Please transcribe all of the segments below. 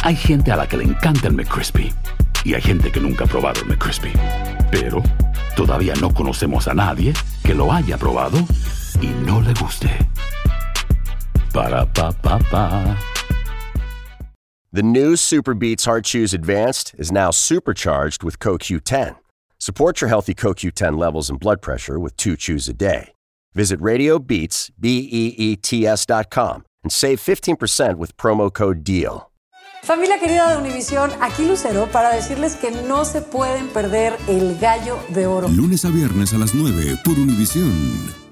Hay gente a la que le encanta el McCrispy y hay gente que nunca ha probado el McCrispy. Pero todavía no conocemos a nadie que lo haya probado y no le guste. Para pa pa pa. The new Super Beats Heart Chews Advanced is now supercharged with CoQ10. Support your healthy CoQ10 levels and blood pressure with 2 chews a day. Visit RadioBeats, BEETS.com and save 15% with promo code DEAL. Familia querida de Univisión, aquí Lucero para decirles que no se pueden perder el Gallo de Oro. Lunes a viernes a las 9 por Univisión.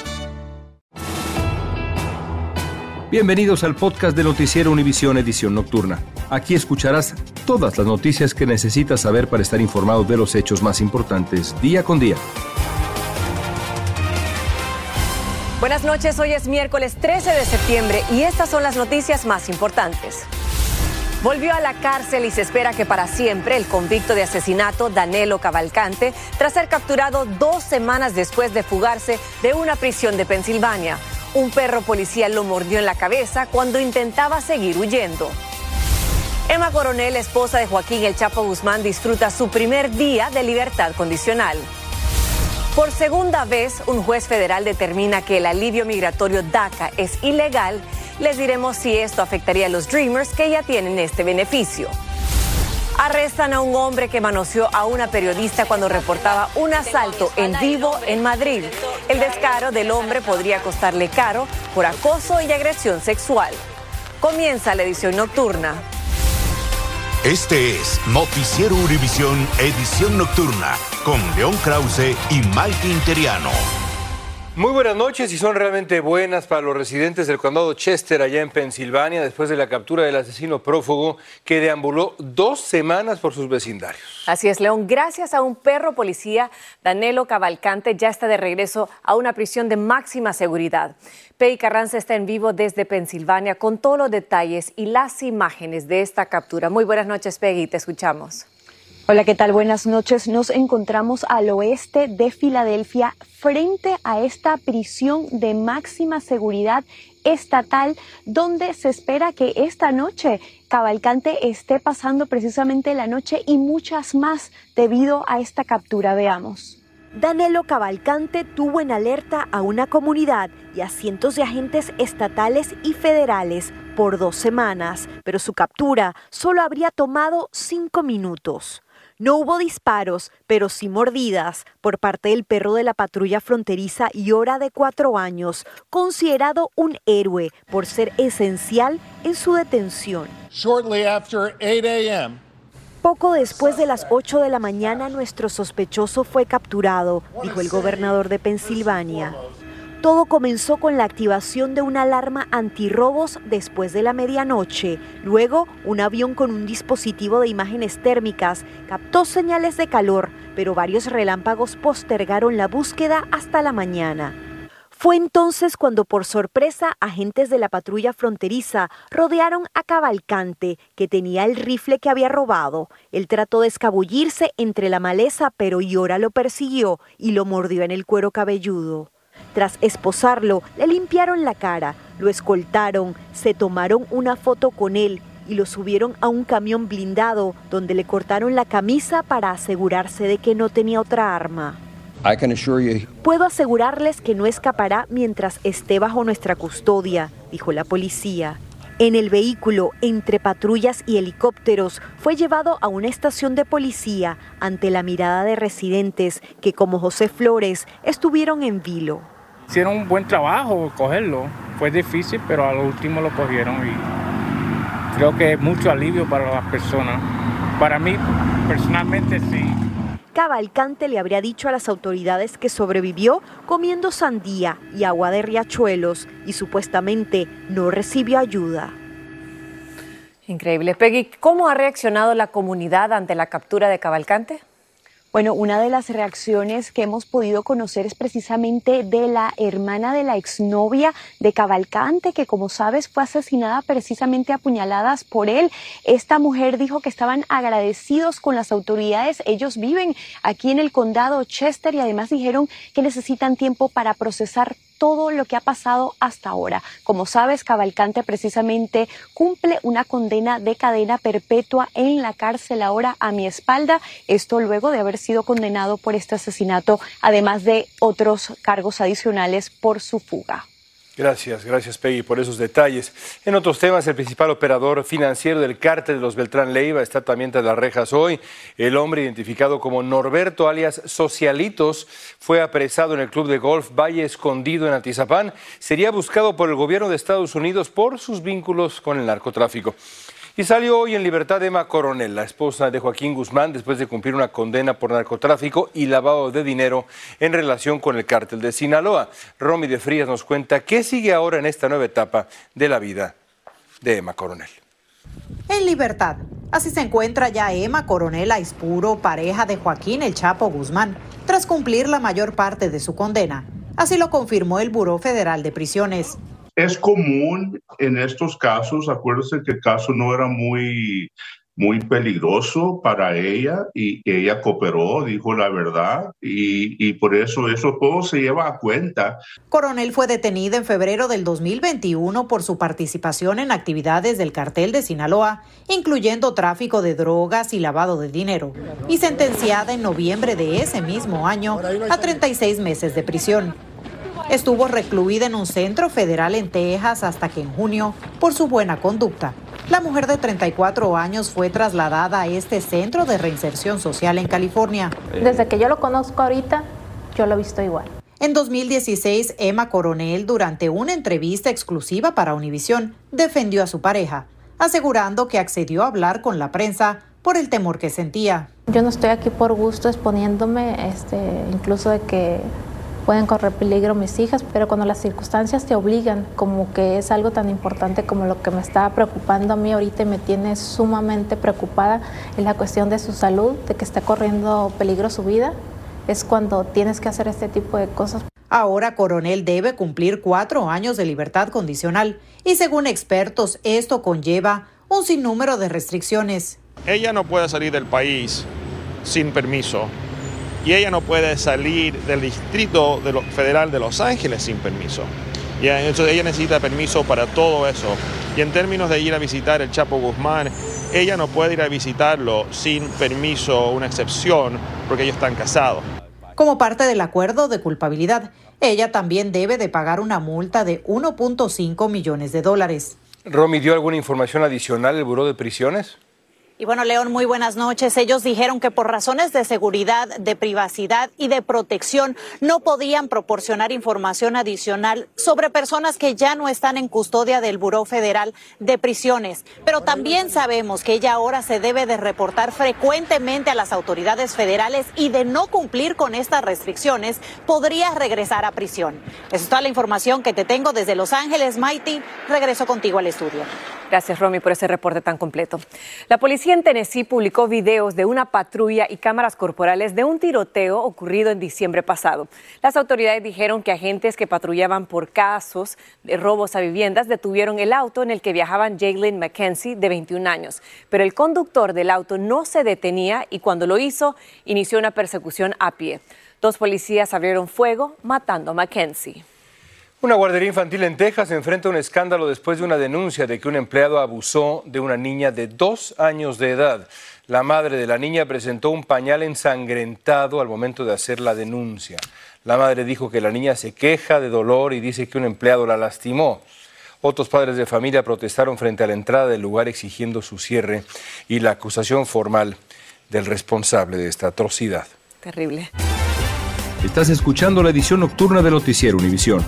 Bienvenidos al podcast de Noticiero Univisión Edición Nocturna. Aquí escucharás todas las noticias que necesitas saber para estar informado de los hechos más importantes día con día. Buenas noches, hoy es miércoles 13 de septiembre y estas son las noticias más importantes. Volvió a la cárcel y se espera que para siempre el convicto de asesinato Danilo Cavalcante, tras ser capturado 2 semanas después de fugarse de una prisión de Pensilvania. Un perro policía lo mordió en la cabeza cuando intentaba seguir huyendo. Emma Coronel, esposa de Joaquín El Chapo Guzmán, disfruta su primer día de libertad condicional. Por segunda vez, un juez federal determina que el alivio migratorio DACA es ilegal. Les diremos si esto afectaría a los Dreamers que ya tienen este beneficio. Arrestan a un hombre que manoseó a una periodista cuando reportaba un asalto en vivo en Madrid. El descaro del hombre podría costarle caro por acoso y agresión sexual. Comienza la edición nocturna. Este es Noticiero Univisión Edición Nocturna con León Krause y Mike Interiano. Muy buenas noches y son realmente buenas para los residentes del condado Chester allá en Pensilvania después de la captura del asesino prófugo que deambuló 2 semanas por sus vecindarios. Así es, León. Gracias a un perro policía, Danilo Cavalcante ya está de regreso a una prisión de máxima seguridad. Peggy Carranza está en vivo desde Pensilvania con todos los detalles y las imágenes de esta captura. Muy buenas noches, Peggy, te escuchamos. Hola, ¿qué tal? Buenas noches. Nos encontramos al oeste de Filadelfia frente a esta prisión de máxima seguridad estatal donde se espera que esta noche Cavalcante esté pasando precisamente la noche y muchas más debido a esta captura. Veamos. Danilo Cavalcante tuvo en alerta a una comunidad y a cientos de agentes estatales y federales por 2 semanas, pero su captura solo habría tomado 5 minutos. No hubo disparos, pero sí mordidas por parte del perro de la patrulla fronteriza Yora de 4 años, considerado un héroe por ser esencial en su detención. Shortly after 8 a.m. Poco después de las 8 de la mañana, nuestro sospechoso fue capturado, dijo el gobernador de Pensilvania. Todo comenzó con la activación de una alarma antirrobos después de la medianoche. Luego, un avión con un dispositivo de imágenes térmicas captó señales de calor, pero varios relámpagos postergaron la búsqueda hasta la mañana. Fue entonces cuando, por sorpresa, agentes de la patrulla fronteriza rodearon a Cavalcante, que tenía el rifle que había robado. Él trató de escabullirse entre la maleza, pero Yora lo persiguió y lo mordió en el cuero cabelludo. Tras esposarlo, le limpiaron la cara, lo escoltaron, se tomaron una foto con él y lo subieron a un camión blindado donde le cortaron la camisa para asegurarse de que no tenía otra arma. Puedo asegurarles que no escapará mientras esté bajo nuestra custodia, dijo la policía. En el vehículo, entre patrullas y helicópteros, fue llevado a una estación de policía ante la mirada de residentes que, como José Flores, estuvieron en vilo. Hicieron un buen trabajo cogerlo. Fue difícil, pero a lo último lo cogieron y creo que es mucho alivio para las personas. Para mí, personalmente, sí. Cavalcante le habría dicho a las autoridades que sobrevivió comiendo sandía y agua de riachuelos y supuestamente no recibió ayuda. Increíble. Peggy, ¿cómo ha reaccionado la comunidad ante la captura de Cavalcante? Bueno, una de las reacciones que hemos podido conocer es precisamente de la hermana de la exnovia de Cavalcante, que como sabes fue asesinada precisamente a puñaladas por él. Esta mujer dijo que estaban agradecidos con las autoridades. Ellos viven aquí en el condado Chester y además dijeron que necesitan tiempo para procesar todo lo que ha pasado hasta ahora. Como sabes, Cavalcante precisamente cumple una condena de cadena perpetua en la cárcel ahora a mi espalda. Esto luego de haber sido condenado por este asesinato, además de otros cargos adicionales por su fuga. Gracias Peggy por esos detalles. En otros temas, el principal operador financiero del cártel de los Beltrán Leiva está también tras las rejas hoy. El hombre identificado como Norberto alias Socialitos fue apresado en el club de golf Valle Escondido en Atizapán. Sería buscado por el gobierno de Estados Unidos por sus vínculos con el narcotráfico. Y salió hoy en libertad Emma Coronel, la esposa de Joaquín Guzmán, después de cumplir una condena por narcotráfico y lavado de dinero en relación con el cártel de Sinaloa. Romy de Frías nos cuenta qué sigue ahora en esta nueva etapa de la vida de Emma Coronel. En libertad, así se encuentra ya Emma Coronel Aispuro, pareja de Joaquín El Chapo Guzmán, tras cumplir la mayor parte de su condena. Así lo confirmó el Buró Federal de Prisiones. Es común en estos casos, acuérdense que el caso no era muy peligroso para ella y ella cooperó, dijo la verdad y por eso todo se lleva a cuenta. Coronel fue detenida en febrero del 2021 por su participación en actividades del cartel de Sinaloa, incluyendo tráfico de drogas y lavado de dinero, y sentenciada en noviembre de ese mismo año a 36 meses de prisión. Estuvo recluida en un centro federal en Texas hasta que en junio, por su buena conducta, la mujer de 34 años fue trasladada a este centro de reinserción social en California. Desde que yo lo conozco ahorita, yo lo he visto igual. En 2016, Emma Coronel, durante una entrevista exclusiva para Univisión, defendió a su pareja, asegurando que accedió a hablar con la prensa por el temor que sentía. Yo no estoy aquí por gusto exponiéndome, incluso de que pueden correr peligro mis hijas, pero cuando las circunstancias te obligan, como que es algo tan importante como lo que me estaba preocupando a mí ahorita y me tiene sumamente preocupada, es la cuestión de su salud, de que está corriendo peligro su vida, es cuando tienes que hacer este tipo de cosas. Ahora Coronel debe cumplir 4 años de libertad condicional y según expertos esto conlleva un sinnúmero de restricciones. Ella no puede salir del país sin permiso. Y ella no puede salir del Distrito Federal de Los Ángeles sin permiso. Y entonces ella necesita permiso para todo eso. Y en términos de ir a visitar el Chapo Guzmán, ella no puede ir a visitarlo sin permiso, una excepción, porque ellos están casados. Como parte del acuerdo de culpabilidad, ella también debe de pagar una multa de $1.5 millones. Romy, ¿dio alguna información adicional el Buró de Prisiones? Y bueno, León, muy buenas noches. Ellos dijeron que por razones de seguridad, de privacidad y de protección no podían proporcionar información adicional sobre personas que ya no están en custodia del Buró Federal de Prisiones. Pero también sabemos que ella ahora se debe de reportar frecuentemente a las autoridades federales y de no cumplir con estas restricciones podría regresar a prisión. Esa es toda la información que te tengo desde Los Ángeles. Maiti, regreso contigo al estudio. Gracias, Romy, por ese reporte tan completo. La policía en Tennessee publicó videos de una patrulla y cámaras corporales de un tiroteo ocurrido en diciembre pasado. Las autoridades dijeron que agentes que patrullaban por casos de robos a viviendas detuvieron el auto en el que viajaban Jalen McKenzie, de 21 años. Pero el conductor del auto no se detenía y cuando lo hizo, inició una persecución a pie. 2 policías abrieron fuego, matando a McKenzie. Una guardería infantil en Texas enfrenta un escándalo después de una denuncia de que un empleado abusó de una niña de 2 años de edad. La madre de la niña presentó un pañal ensangrentado al momento de hacer la denuncia. La madre dijo que la niña se queja de dolor y dice que un empleado la lastimó. Otros padres de familia protestaron frente a la entrada del lugar exigiendo su cierre y la acusación formal del responsable de esta atrocidad. Terrible. Estás escuchando la edición nocturna de Noticiero Univisión.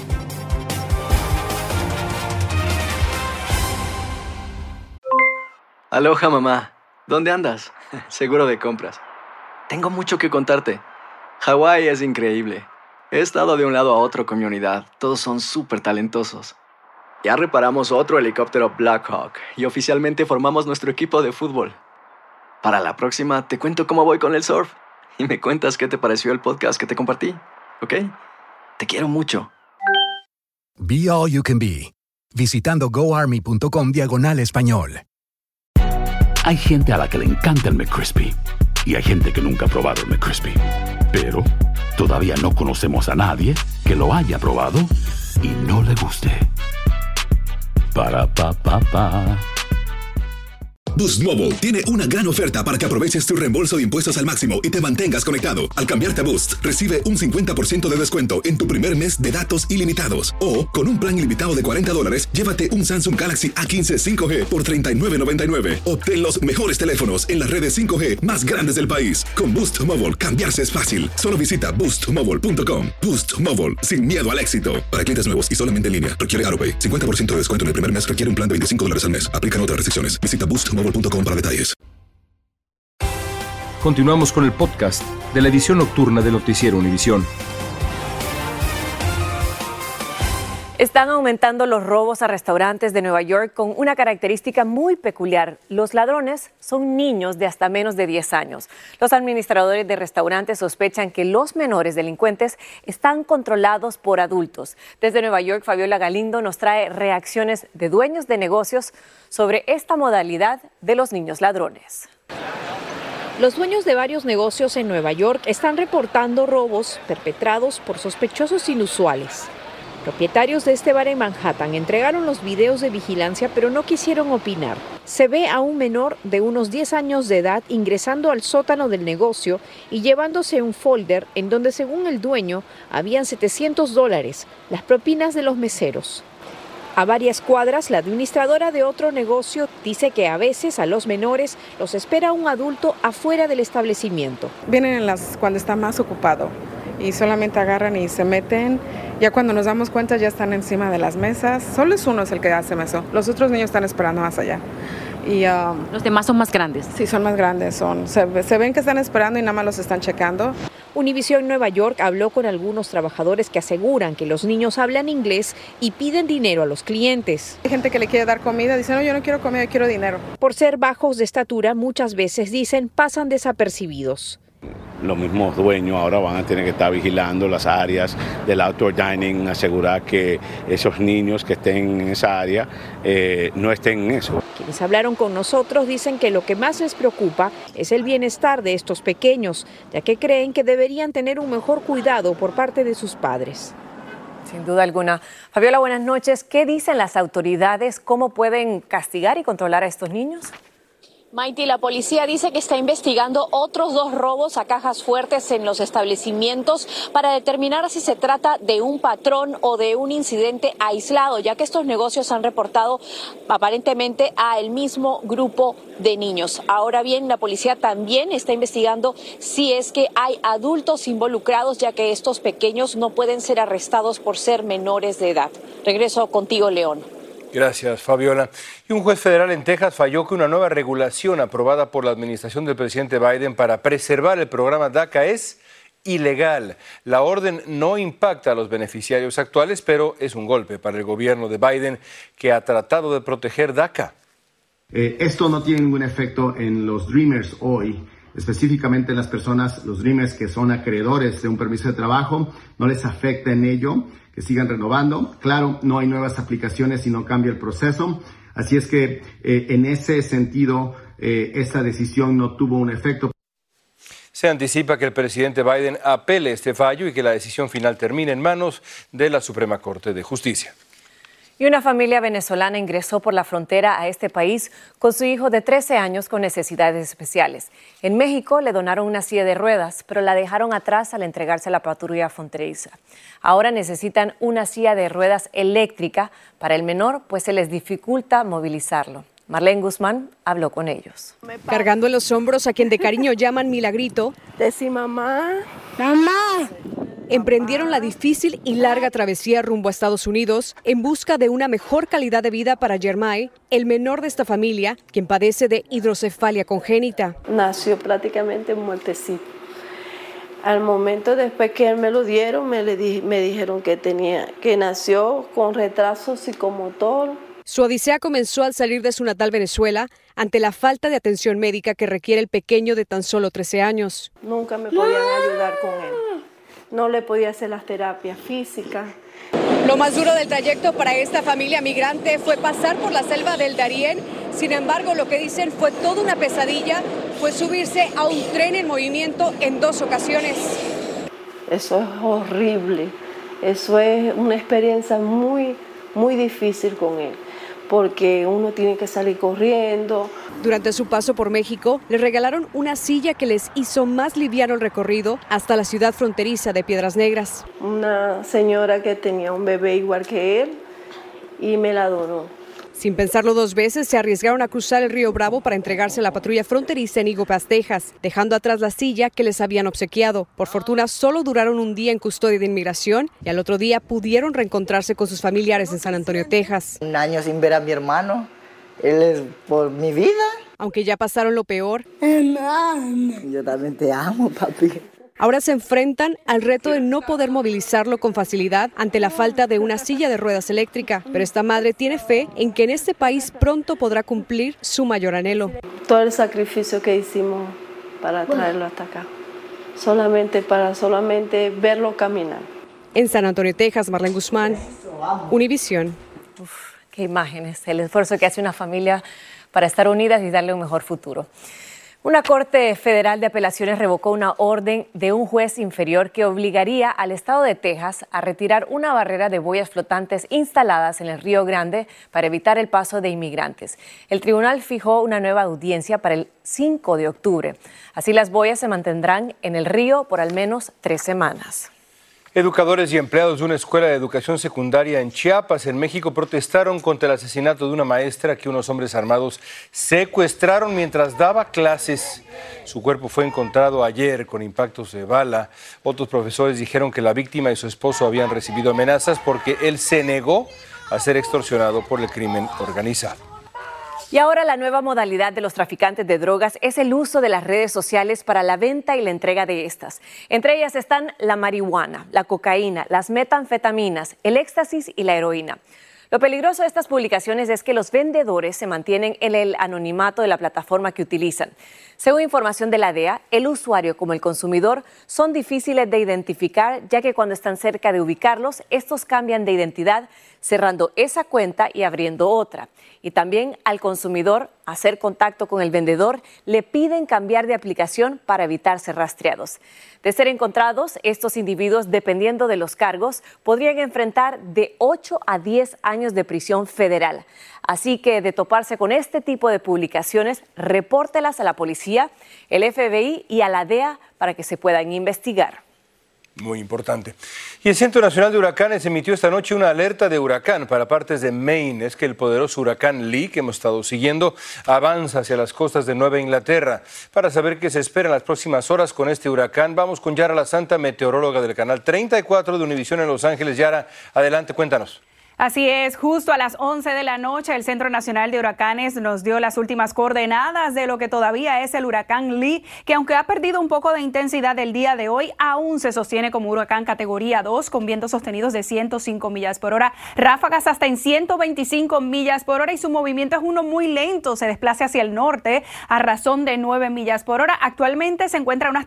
Aloha, mamá. ¿Dónde andas? Seguro de compras. Tengo mucho que contarte. Hawái es increíble. He estado de un lado a otro con mi unidad. Todos son súper talentosos. Ya reparamos otro helicóptero Blackhawk y oficialmente formamos nuestro equipo de fútbol. Para la próxima te cuento cómo voy con el surf y me cuentas qué te pareció el podcast que te compartí, ¿ok? Te quiero mucho. Be All You Can Be. Visitando goarmy.com/español. Hay gente a la que le encanta el McCrispy y hay gente que nunca ha probado el McCrispy. Pero todavía no conocemos a nadie que lo haya probado y no le guste. Para pa pa pa. Boost Mobile tiene una gran oferta para que aproveches tu reembolso de impuestos al máximo y te mantengas conectado. Al cambiarte a Boost, recibe un 50% de descuento en tu primer mes de datos ilimitados. O, con un plan ilimitado de $40, llévate un Samsung Galaxy A15 5G por $39.99. Obtén los mejores teléfonos en las redes 5G más grandes del país. Con Boost Mobile, cambiarse es fácil. Solo visita boostmobile.com. Boost Mobile, sin miedo al éxito. Para clientes nuevos y solamente en línea, requiere AroPay. 50% de descuento en el primer mes requiere un plan de $25 al mes. Aplican otras restricciones. Visita boostmobile.com para detalles. Continuamos con el podcast de la edición nocturna de Noticiero Univisión. Están aumentando los robos a restaurantes de Nueva York con una característica muy peculiar. Los ladrones son niños de hasta menos de 10 años. Los administradores de restaurantes sospechan que los menores delincuentes están controlados por adultos. Desde Nueva York, Fabiola Galindo nos trae reacciones de dueños de negocios sobre esta modalidad de los niños ladrones. Los dueños de varios negocios en Nueva York están reportando robos perpetrados por sospechosos inusuales. Propietarios de este bar en Manhattan entregaron los videos de vigilancia, pero no quisieron opinar. Se ve a un menor de unos 10 años de edad ingresando al sótano del negocio y llevándose un folder en donde, según el dueño, habían $700, las propinas de los meseros. A varias cuadras, la administradora de otro negocio dice que a veces a los menores los espera un adulto afuera del establecimiento. Vienen cuando está más ocupado y solamente agarran y se meten. Ya cuando nos damos cuenta ya están encima de las mesas. Solo es uno el que hace eso. Los otros niños están esperando más allá. Y, ¿los demás son más grandes? Sí, son más grandes. Se ven que están esperando y nada más los están checando. Univisión Nueva York habló con algunos trabajadores que aseguran que los niños hablan inglés y piden dinero a los clientes. Hay gente que le quiere dar comida, dice, no, yo no quiero comida, yo quiero dinero. Por ser bajos de estatura, muchas veces dicen pasan desapercibidos. Los mismos dueños ahora van a tener que estar vigilando las áreas del outdoor dining, asegurar que esos niños que estén en esa área no estén en eso. Quienes hablaron con nosotros dicen que lo que más les preocupa es el bienestar de estos pequeños, ya que creen que deberían tener un mejor cuidado por parte de sus padres. Sin duda alguna. Fabiola, buenas noches. ¿Qué dicen las autoridades? ¿Cómo pueden castigar y controlar a estos niños? Maite, la policía dice que está investigando otros 2 robos a cajas fuertes en los establecimientos para determinar si se trata de un patrón o de un incidente aislado, ya que estos negocios han reportado aparentemente a el mismo grupo de niños. Ahora bien, la policía también está investigando si es que hay adultos involucrados, ya que estos pequeños no pueden ser arrestados por ser menores de edad. Regreso contigo, León. Gracias, Fabiola. Y un juez federal en Texas falló que una nueva regulación aprobada por la administración del presidente Biden para preservar el programa DACA es ilegal. La orden no impacta a los beneficiarios actuales, pero es un golpe para el gobierno de Biden, que ha tratado de proteger DACA. Esto no tiene ningún efecto en los Dreamers hoy, específicamente en las personas, los Dreamers que son acreedores de un permiso de trabajo, no les afecta en ello, que sigan renovando. Claro, no hay nuevas aplicaciones y no cambia el proceso. Así es que en ese sentido, esta decisión no tuvo un efecto. Se anticipa que el presidente Biden apele este fallo y que la decisión final termine en manos de la Suprema Corte de Justicia. Y una familia venezolana ingresó por la frontera a este país con su hijo de 13 años con necesidades especiales. En México le donaron una silla de ruedas, pero la dejaron atrás al entregarse a la patrulla fronteriza. Ahora necesitan una silla de ruedas eléctrica para el menor, pues se les dificulta movilizarlo. Marlene Guzmán habló con ellos. Cargando en los hombros a quien de cariño llaman Milagrito, decí mamá, mamá. Emprendieron la difícil y larga travesía rumbo a Estados Unidos en busca de una mejor calidad de vida para Yermay, el menor de esta familia, quien padece de hidrocefalia congénita. Nació prácticamente muertecito. Al momento después que él me lo dieron, me dijeron que nació con retraso psicomotor. Su odisea comenzó al salir de su natal Venezuela ante la falta de atención médica que requiere el pequeño de tan solo 13 años. Nunca me podían ayudar con él. No le podía hacer las terapias físicas. Lo más duro del trayecto para esta familia migrante fue pasar por la selva del Darién. Sin embargo, lo que dicen fue toda una pesadilla, fue subirse a un tren en movimiento en 2 ocasiones. Eso es horrible. Eso es una experiencia muy, muy difícil con él, porque uno tiene que salir corriendo. Durante su paso por México, les regalaron una silla que les hizo más liviano el recorrido hasta la ciudad fronteriza de Piedras Negras. Una señora que tenía un bebé igual que él y me la donó. Sin pensarlo dos veces, se arriesgaron a cruzar el río Bravo para entregarse a la patrulla fronteriza en Eagle Pass, Texas, dejando atrás la silla que les habían obsequiado. Por fortuna, solo duraron un día en custodia de inmigración y al otro día pudieron reencontrarse con sus familiares en San Antonio, Texas. Un año sin ver a mi hermano. Él es por mi vida. Aunque ya pasaron lo peor. Yo también te amo, papi. Ahora se enfrentan al reto de no poder movilizarlo con facilidad ante la falta de una silla de ruedas eléctrica. Pero esta madre tiene fe en que en este país pronto podrá cumplir su mayor anhelo. Todo el sacrificio que hicimos para traerlo hasta acá, solamente verlo caminar. En San Antonio, Texas, Marlene Guzmán, Univisión. Qué imágenes, el esfuerzo que hace una familia para estar unidas y darle un mejor futuro. Una Corte Federal de Apelaciones revocó una orden de un juez inferior que obligaría al estado de Texas a retirar una barrera de boyas flotantes instaladas en el Río Grande para evitar el paso de inmigrantes. El tribunal fijó una nueva audiencia para el 5 de octubre. Así las boyas se mantendrán en el río por al menos 3 semanas. Educadores y empleados de una escuela de educación secundaria en Chiapas, en México, protestaron contra el asesinato de una maestra que unos hombres armados secuestraron mientras daba clases. Su cuerpo fue encontrado ayer con impactos de bala. Otros profesores dijeron que la víctima y su esposo habían recibido amenazas porque él se negó a ser extorsionado por el crimen organizado. Y ahora la nueva modalidad de los traficantes de drogas es el uso de las redes sociales para la venta y la entrega de estas. Entre ellas están la marihuana, la cocaína, las metanfetaminas, el éxtasis y la heroína. Lo peligroso de estas publicaciones es que los vendedores se mantienen en el anonimato de la plataforma que utilizan. Según información de la DEA, el usuario como el consumidor son difíciles de identificar, ya que cuando están cerca de ubicarlos, estos cambian de identidad, cerrando esa cuenta y abriendo otra. Y también al consumidor hacer contacto con el vendedor le piden cambiar de aplicación para evitar ser rastreados. De ser encontrados, estos individuos, dependiendo de los cargos, podrían enfrentar de 8 a 10 años de prisión federal. Así que de toparse con este tipo de publicaciones, repórtelas a la policía, el FBI y a la DEA para que se puedan investigar. Muy importante. Y el Centro Nacional de Huracanes emitió esta noche una alerta de huracán para partes de Maine. Es que el poderoso huracán Lee, que hemos estado siguiendo, avanza hacia las costas de Nueva Inglaterra. Para saber qué se espera en las próximas horas con este huracán, vamos con Yara La Santa, meteoróloga del canal 34 de Univisión en Los Ángeles. Yara, adelante, cuéntanos. Así es, justo a las 11 de la noche el Centro Nacional de Huracanes nos dio las últimas coordenadas de lo que todavía es el huracán Lee, que aunque ha perdido un poco de intensidad el día de hoy, aún se sostiene como huracán categoría 2 con vientos sostenidos de 105 millas por hora, ráfagas hasta en 125 millas por hora y su movimiento es uno muy lento, se desplaza hacia el norte a razón de 9 millas por hora. Actualmente se encuentra a unas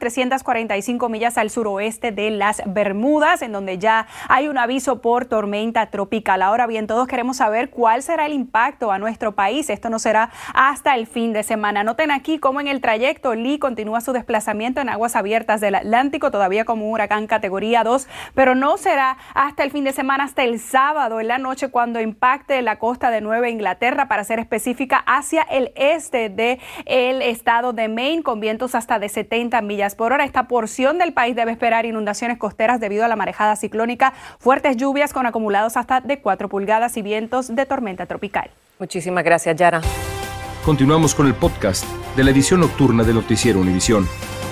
345 millas al suroeste de las Bermudas, en donde ya hay un aviso por tormenta tropical. Ahora bien, todos queremos saber cuál será el impacto a nuestro país. Esto no será hasta el fin de semana. Noten aquí cómo en el trayecto Lee continúa su desplazamiento en aguas abiertas del Atlántico, todavía como un huracán categoría 2, pero no será hasta el fin de semana, hasta el sábado en la noche, cuando impacte la costa de Nueva Inglaterra, para ser específica, hacia el este del estado de Maine, con vientos hasta de 70 millas por hora. Esta porción del país debe esperar inundaciones costeras debido a la marejada ciclónica, fuertes lluvias con acumulados hasta de 4 pulgadas y vientos de tormenta tropical. Muchísimas gracias, Yara. Continuamos con el podcast de la edición nocturna del Noticiero Univisión.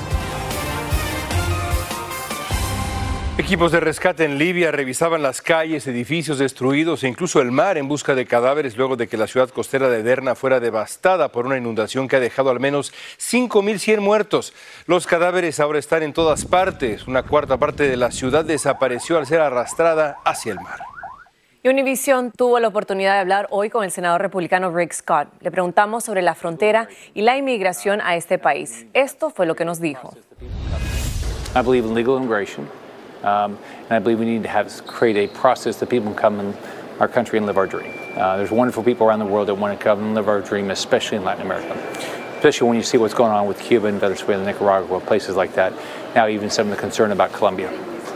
Equipos de rescate en Libia revisaban las calles, edificios destruidos e incluso el mar en busca de cadáveres luego de que la ciudad costera de Derna fuera devastada por una inundación que ha dejado al menos 5.100 muertos. Los cadáveres ahora están en todas partes. Una cuarta parte de la ciudad desapareció al ser arrastrada hacia el mar. Y Univisión tuvo la oportunidad de hablar hoy con el senador republicano Rick Scott. Le preguntamos sobre la frontera y la inmigración a este país. Esto fue lo que nos dijo. I believe in legal immigration, and I believe we need to create a process that people can come in our country and live our dream. There's wonderful people around the world that want to come and live our dream, especially in Latin America. Especially when you see what's going on with Cuba and Venezuela, Nicaragua, places like that. Now even some of the concern about Colombia.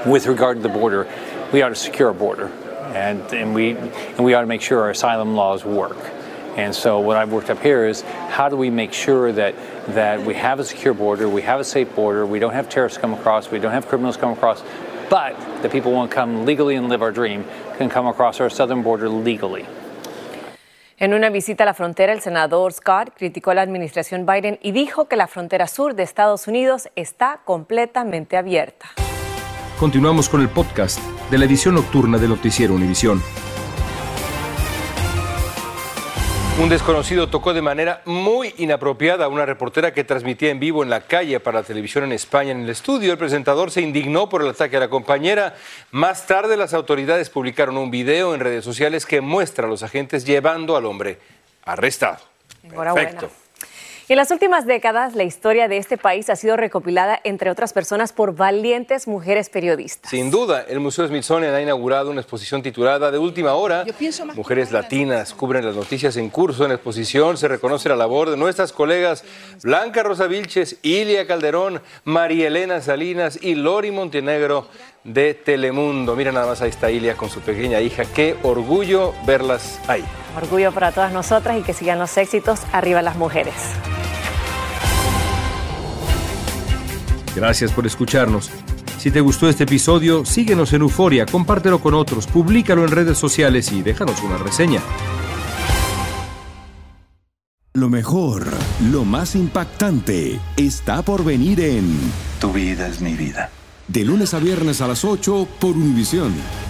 with regard to the border, we ought to secure our border, and we ought to make sure our asylum laws work. And so what I've worked up here is how do we make sure that we have a secure border, we have a safe border, we don't have terrorists come across, we don't have criminals come across, but the people who want to come legally and live our dream can come across our southern border legally. En una visita a la frontera, el senador Scott criticó a la administración Biden y dijo que la frontera sur de Estados Unidos está completamente abierta. Continuamos con el podcast de la edición nocturna del Noticiero Univisión. Un desconocido tocó de manera muy inapropiada a una reportera que transmitía en vivo en la calle para la televisión en España. En el estudio, el presentador se indignó por el ataque a la compañera. Más tarde, las autoridades publicaron un video en redes sociales que muestra a los agentes llevando al hombre arrestado. Enhorabuena. Perfecto. En las últimas décadas, la historia de este país ha sido recopilada, entre otras personas, por valientes mujeres periodistas. Sin duda, el Museo Smithsonian ha inaugurado una exposición titulada De Última Hora. Mujeres latinas cubren las noticias en curso. En la exposición se reconoce la labor de nuestras colegas Blanca Rosa Vilches, Ilia Calderón, María Elena Salinas y Lori Montenegro de Telemundo. Mira nada más, ahí está Ilia con su pequeña hija. Qué orgullo verlas ahí. Orgullo para todas nosotras y que sigan los éxitos. Arriba las mujeres. Gracias por escucharnos. Si te gustó este episodio, síguenos en Euforia, compártelo con otros, públicalo en redes sociales y déjanos una reseña. Lo mejor, lo más impactante, está por venir en Tu vida es mi vida. De lunes a viernes a las 8 por Univisión.